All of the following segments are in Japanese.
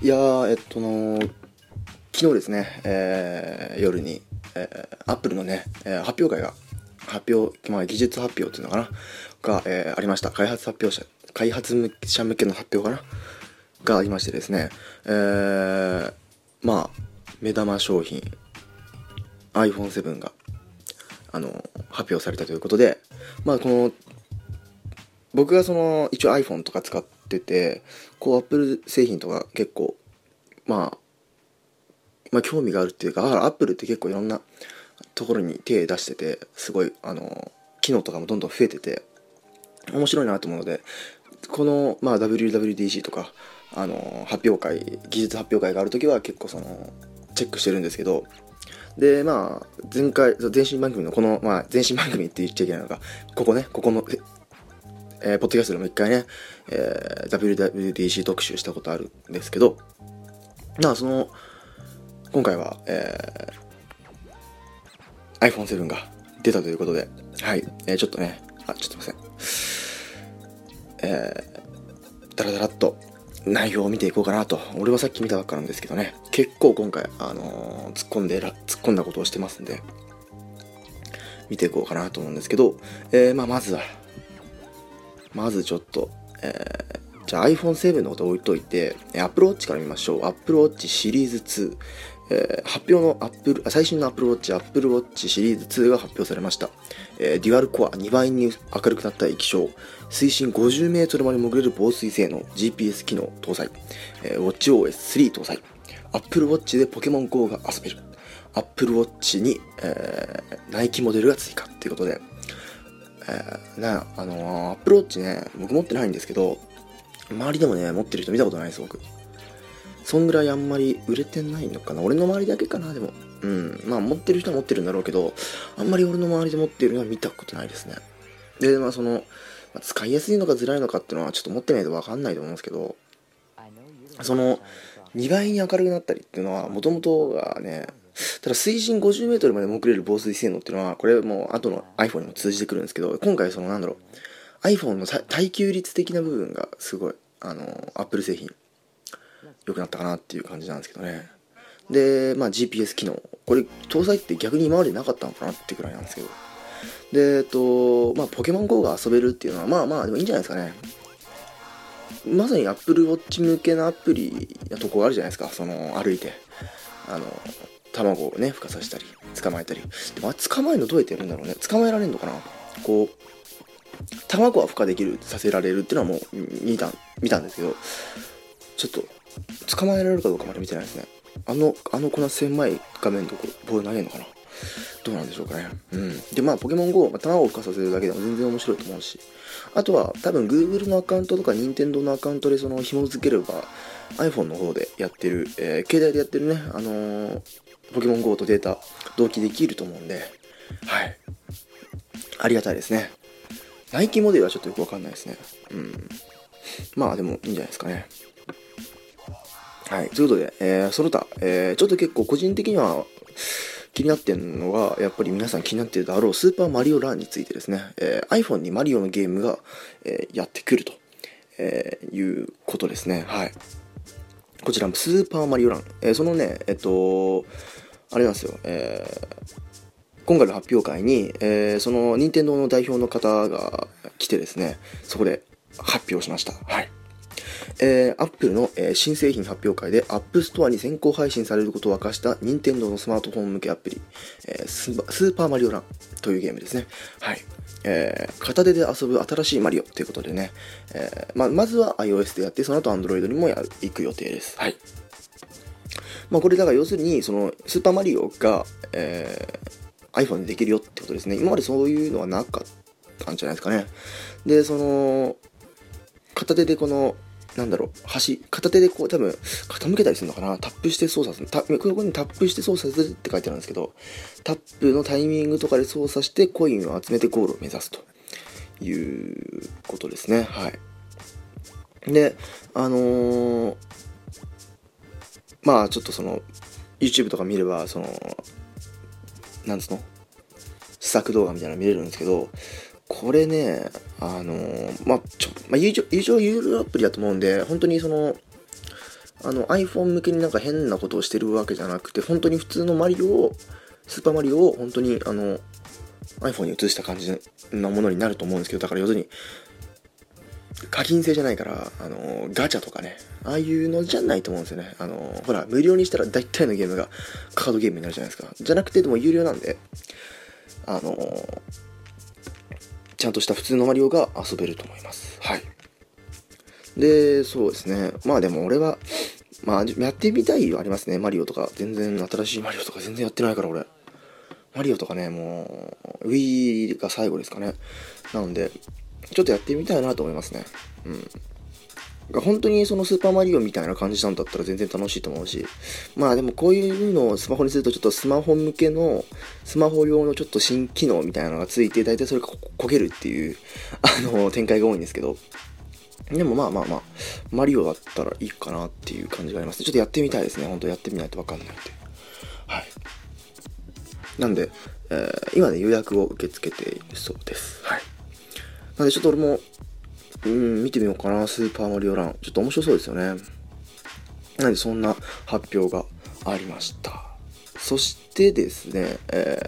いやー、昨日ですね、夜に、アップルのね、発表会が、技術発表っていうのかなが、ありました。開発者向けの発表かながありましてですね、目玉商品 iPhone7 が、発表されたということで、僕が一応 iPhone とか使ってて、Apple 製品とか結構興味があるっていうか、Apple って結構いろんなところに手出してて、すごい機能とかもどんどん増えてて面白いなと思うので、このWWDC とか技術発表会があるときは結構チェックしてるんですけど、で前回前身番組の前身番組って言っちゃいけないのがここのポッドキャストでも一回ね、WWDC 特集したことあるんですけど、今回は、iPhone7 が出たということで、はい、ちょっとね、すいません、だらだらっと内容を見ていこうかなと。俺はさっき見たばっかなんですけどね、結構今回、突っ込んだことをしてますんで、見ていこうかなと思うんですけど、まずちょっと、じゃあ iPhone7 のこと置いといて、Apple Watch から見ましょう。Apple Watch シリーズ2、発表の最新の Apple Watch シリーズ2が発表されました。デュアルコア2倍に明るくなった液晶、水深50メートルまで潜れる防水性能、GPS 機能搭載、WatchOS3 搭載、Apple Watch でポケモン GO が遊べる、Apple Watch に、ナイキモデルが追加ということで、Apple Watch ね、僕持ってないんですけど、周りでもね、持ってる人見たことないです、僕。そんぐらいあんまり売れてないのかな。俺の周りだけかな、でも。持ってる人は持ってるんだろうけど、あんまり俺の周りで持ってるのは見たことないですね。で、使いやすいのか辛いのかっていうのはちょっと持ってないと分かんないと思うんですけど、2倍に明るくなったりっていうのは、もともとがね、ただ水深50メートルまで潜れる防水性能っていうのは、これもう後の iPhone にも通じてくるんですけど、今回iPhone の耐久率的な部分がすごい、Apple 製品、良くなったかなっていう感じなんですけどね。で、GPS 機能。これ、搭載って逆に今までなかったのかなってくらいなんですけど。で、ポケモン GO が遊べるっていうのは、でもいいんじゃないですかね。まさに Apple Watch 向けのアプリなとこあるじゃないですか。歩いて。卵をね、孵化させたり、捕まえたり。でも捕まえるのどうやってやるんだろうね。捕まえられるのかな。卵は孵化させられるっていうのはもう見たんですけど、ちょっと捕まえられるかどうかまで見てないですね。こんな狭い画面のところボール投げるのかな。どうなんでしょうかね。でポケモン GO、卵を孵化させるだけでも全然面白いと思うし、あとは多分 Google のアカウントとか Nintendo のアカウントで紐付ければ iPhone の方でやってる、携帯でやってるね、ポケモン GO とデータ同期できると思うんで、はい、ありがたいですね。ナイキモデルはちょっとよくわかんないですね。でもいいんじゃないですかね。はい、ということで、その他、ちょっと結構個人的には気になってるのが、やっぱり皆さん気になっているであろうスーパーマリオランについてですね、iPhone にマリオのゲームが、やってくると、いうことですね。はい。こちらもスーパーマリオラン、そのね、あれなんですよ、今回の発表会に、その任天堂の代表の方が来てですね、そこで発表しました。はい。Apple の、新製品発表会で App Store に先行配信されることを明かした任天堂のスマートフォン向けアプリ、スーパーマリオランというゲームですね。はい。片手で遊ぶ新しいマリオということでね、まずは iOS でやって、その後 Android にも行く予定です。はい。これだから要するにスーパーマリオが、iPhone でできるよってことですね。今までそういうのはなかったんじゃないですかね。で、片手で片手で多分傾けたりするのかな。タップして操作する。ここにタップして操作するって書いてあるんですけど、タップのタイミングとかで操作してコインを集めてゴールを目指すということですね。はい。で、ちょっとYouTube とか見ればなんつうの試作動画みたいなの見れるんですけど、これね、有料アプリだと思うんで、本当に iPhone 向けになんか変なことをしてるわけじゃなくて、本当に普通のスーパーマリオを本当にiPhone に移した感じのものになると思うんですけど、だから要するに課金制じゃないから、ガチャとかね、ああいうのじゃないと思うんですよね。ほら、無料にしたら大体のゲームがカードゲームになるじゃないですか。じゃなくて、でも有料なんで、ちゃんとした普通のマリオが遊べると思います。はい。で、そうですね。まあでも俺は、やってみたいはありますね。マリオとか。全然、新しいマリオとか全然やってないから俺。マリオとかね、もう、Wii が最後ですかね。なので、ちょっとやってみたいなと思いますね。本当にそのスーパーマリオみたいな感じなんだったら全然楽しいと思うし、でもこういうのをスマホにするとちょっとスマホ向けのスマホ用のちょっと新機能みたいなのがついて、大体それが焦げるっていう展開が多いんですけど、でもマリオだったらいいかなっていう感じがあります。ちょっとやってみたいですね。本当やってみないと分かんないんで。はい。なんで、今ね予約を受け付けているそうです。はい。なんでちょっと俺も見てみようかな。スーパーマリオランちょっと面白そうですよね。なんでそんな発表がありました。そしてですね、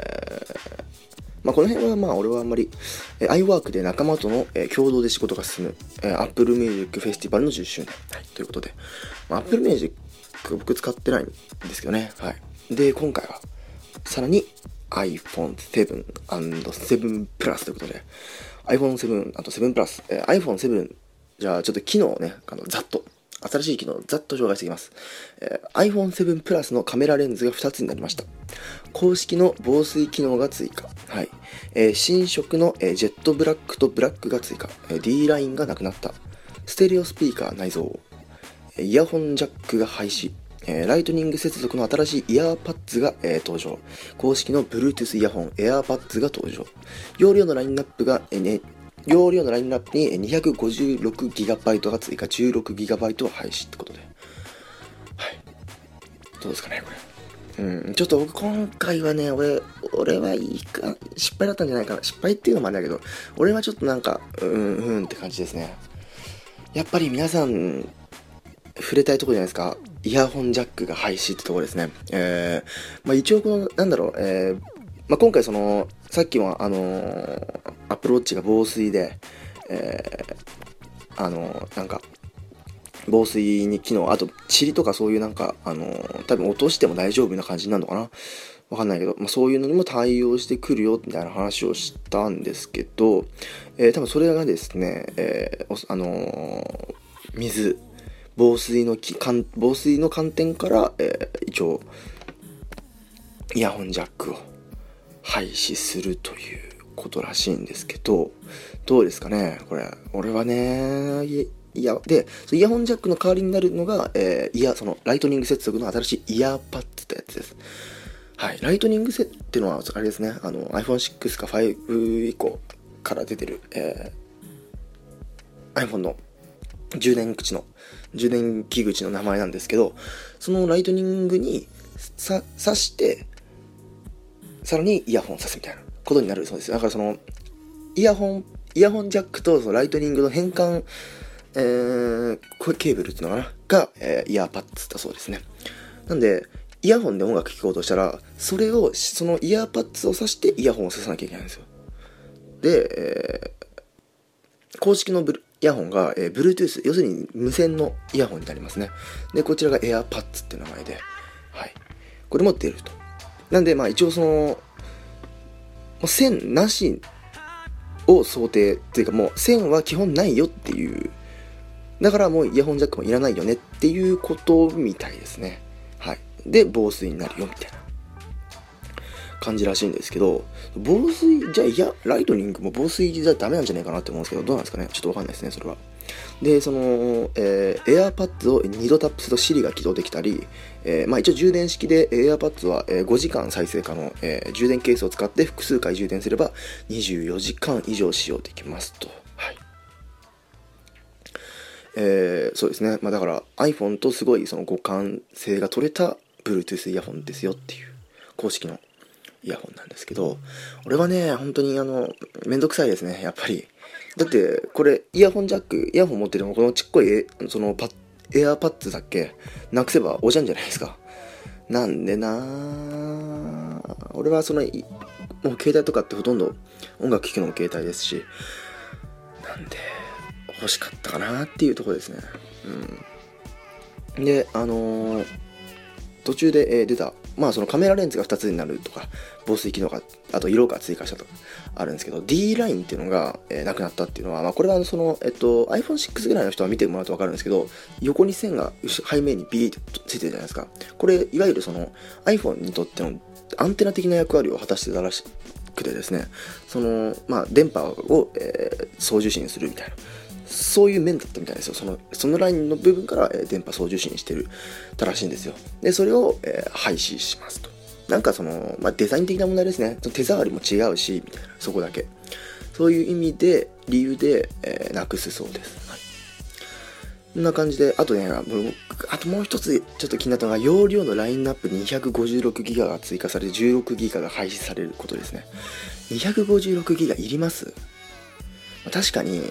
この辺は俺はあんまり、iWork で仲間との、共同で仕事が進む、Apple Music フェスティバルの10周年、はい、ということで、Apple Music 僕使ってないんですけどね。はい。で、今回はさらに iPhone 7 7 Plus ということで、iPhone 7 あと7 Plus、iPhone 7、じゃあちょっと機能をね、ざっと新しい機能をざっと紹介していきます。iPhone 7 Plus のカメラレンズが2つになりました。公式の防水機能が追加。はい。新色の、ジェットブラックとブラックが追加。D ラインがなくなった。ステレオスピーカー内蔵。イヤホンジャックが廃止。ライトニング接続の新しいイヤーパッツが、登場。公式の Bluetooth イヤホン、エアーパッツが登場。容量のラインナップに 256GB が追加、16GB は廃止ってことで。はい。どうですかね、これ。ちょっと僕今回はね、俺はいいか、失敗だったんじゃないかな。失敗っていうのもあれだけど、俺はちょっとなんか、って感じですね。やっぱり皆さん、触れたいところじゃないですか。イヤホンジャックが廃止ってところですね。一応この、今回さっきもApple Watch が防水で、防水に機能、あと塵とかそういう多分落としても大丈夫な感じになるのかな、わかんないけど、そういうのにも対応してくるよみたいな話をしたんですけど、多分それがですね、防水の観点から、一応イヤホンジャックを廃止するということらしいんですけど、どうですかねこれ。俺はね、イヤホンジャックの代わりになるのが、ライトニング接続の新しいイヤーパッツってやつです。はい。ライトニングっていうのはあれですね、iPhone6 か5以降から出てる、iPhone の充電器口の名前なんですけど、そのライトニングに挿してさらにイヤホン挿すみたいなことになるそうです。だからイヤホンジャックとそのライトニングの変換、ケーブルっていうのかなが、イヤーパッツだそうですね。なんでイヤホンで音楽聴こうとしたら、そのイヤーパッツを挿してイヤホンを挿さなきゃいけないんですよ。で、公式のイヤホンが、Bluetooth、要するに無線のイヤホンになりますね。で、こちらが AirPods って名前で、はい。これも出ると。なんで、一応線なしを想定っていうか、もう線は基本ないよっていう。だからもうイヤホンジャックもいらないよねっていうことみたいですね。はい。で、防水になるよみたいな感じらしいんですけど、防水じゃライトニングも防水じゃダメなんじゃないかなって思うんですけど、どうなんですかね、ちょっとわかんないですね、それは。で、AirPods を2度タップすると Siri が起動できたり、一応充電式で AirPods は5時間再生可能、充電ケースを使って複数回充電すれば24時間以上使用できますと。はい。そうですね。だから iPhone とすごい互換性が取れた Bluetooth イヤホンですよっていう公式のイヤホンなんですけど、俺はね、本当にめんどくさいですね、やっぱり。だってこれイヤホン持っててもこのちっこい AirPods だっけなくせばおじゃんじゃないですか。なんでな俺はもう携帯とかってほとんど音楽聴くのも携帯ですし、なんで欲しかったかなっていうところですね。で途中で、出たそのカメラレンズが2つになるとか、防水機能が、あと色が追加したとかあるんですけど、 D ラインっていうのが、なくなったっていうのは、これはiPhone6 ぐらいの人は見てもらうと分かるんですけど、横に線が背面にビーッとついてるじゃないですか。これいわゆるiPhone にとってのアンテナ的な役割を果たしてたらしくてですね、電波を、送受信するみたいな、そういう面だったみたいですよ。そのラインの部分から、電波送受信してるたらしいんですよ。でそれを、廃止しますと。なんかデザイン的な問題ですね。手触りも違うしみたいな、そこだけそういう意味で理由で、なくすそうです。はい、こんな感じで、あとね、あともう一つちょっと気になったのが、容量のラインナップに 256GB が追加され 16GB が廃止されることですね。256GB いります？確かに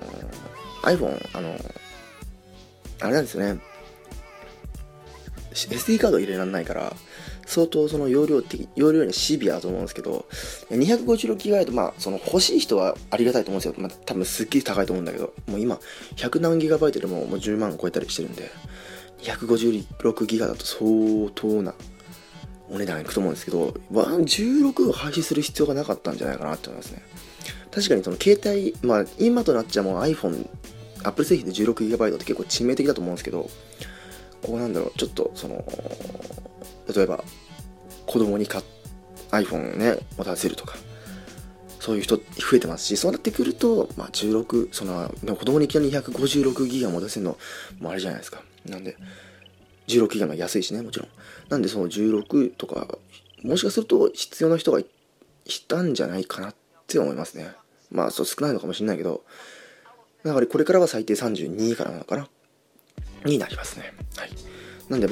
iPhone あれなんですよね、SD カード入れられないから相当容量にシビアだと思うんですけど、256GB と欲しい人はありがたいと思うんですよ。多分すっげえ高いと思うんだけど、もう今100何 GB でも10万超えたりしてるんで、256GB だと相当なお値段いくと思うんですけど、16を廃止する必要がなかったんじゃないかなって思いますね。確かに携帯、今となっちゃもう iPhone、Apple 製品で 16GB って結構致命的だと思うんですけど、ちょっと例えば子供にiPhone ね持たせるとか、そういう人増えてますし、そうなってくると、16、子供にいきなり256ギガ持たせるのもあれじゃないですか。なんで16ギガの安いしね、もちろん。なんで16とかもしかすると必要な人がいたんじゃないかなって思いますね。少ないのかもしれないけど、だからこれからは最低32からなのかなになりますね。はい。なんで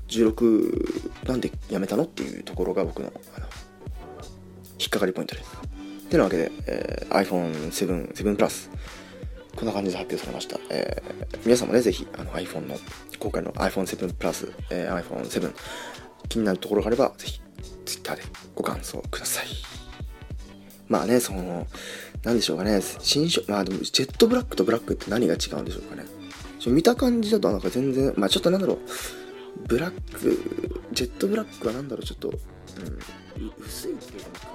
16なんでやめたのっていうところが僕の引っかかりポイントです。てなわけで、iPhone7 Plus こんな感じで発表されました。皆さんもね、ぜひiPhone の今回の iPhone7 Plus、iPhone7 気になるところがあればぜひ Twitter でご感想ください。なんでしょうかね、新色、でもジェットブラックとブラックって何が違うんでしょうかね。見た感じだと全然、ちょっとブラック、ジェットブラックはちょっと、薄いっていうか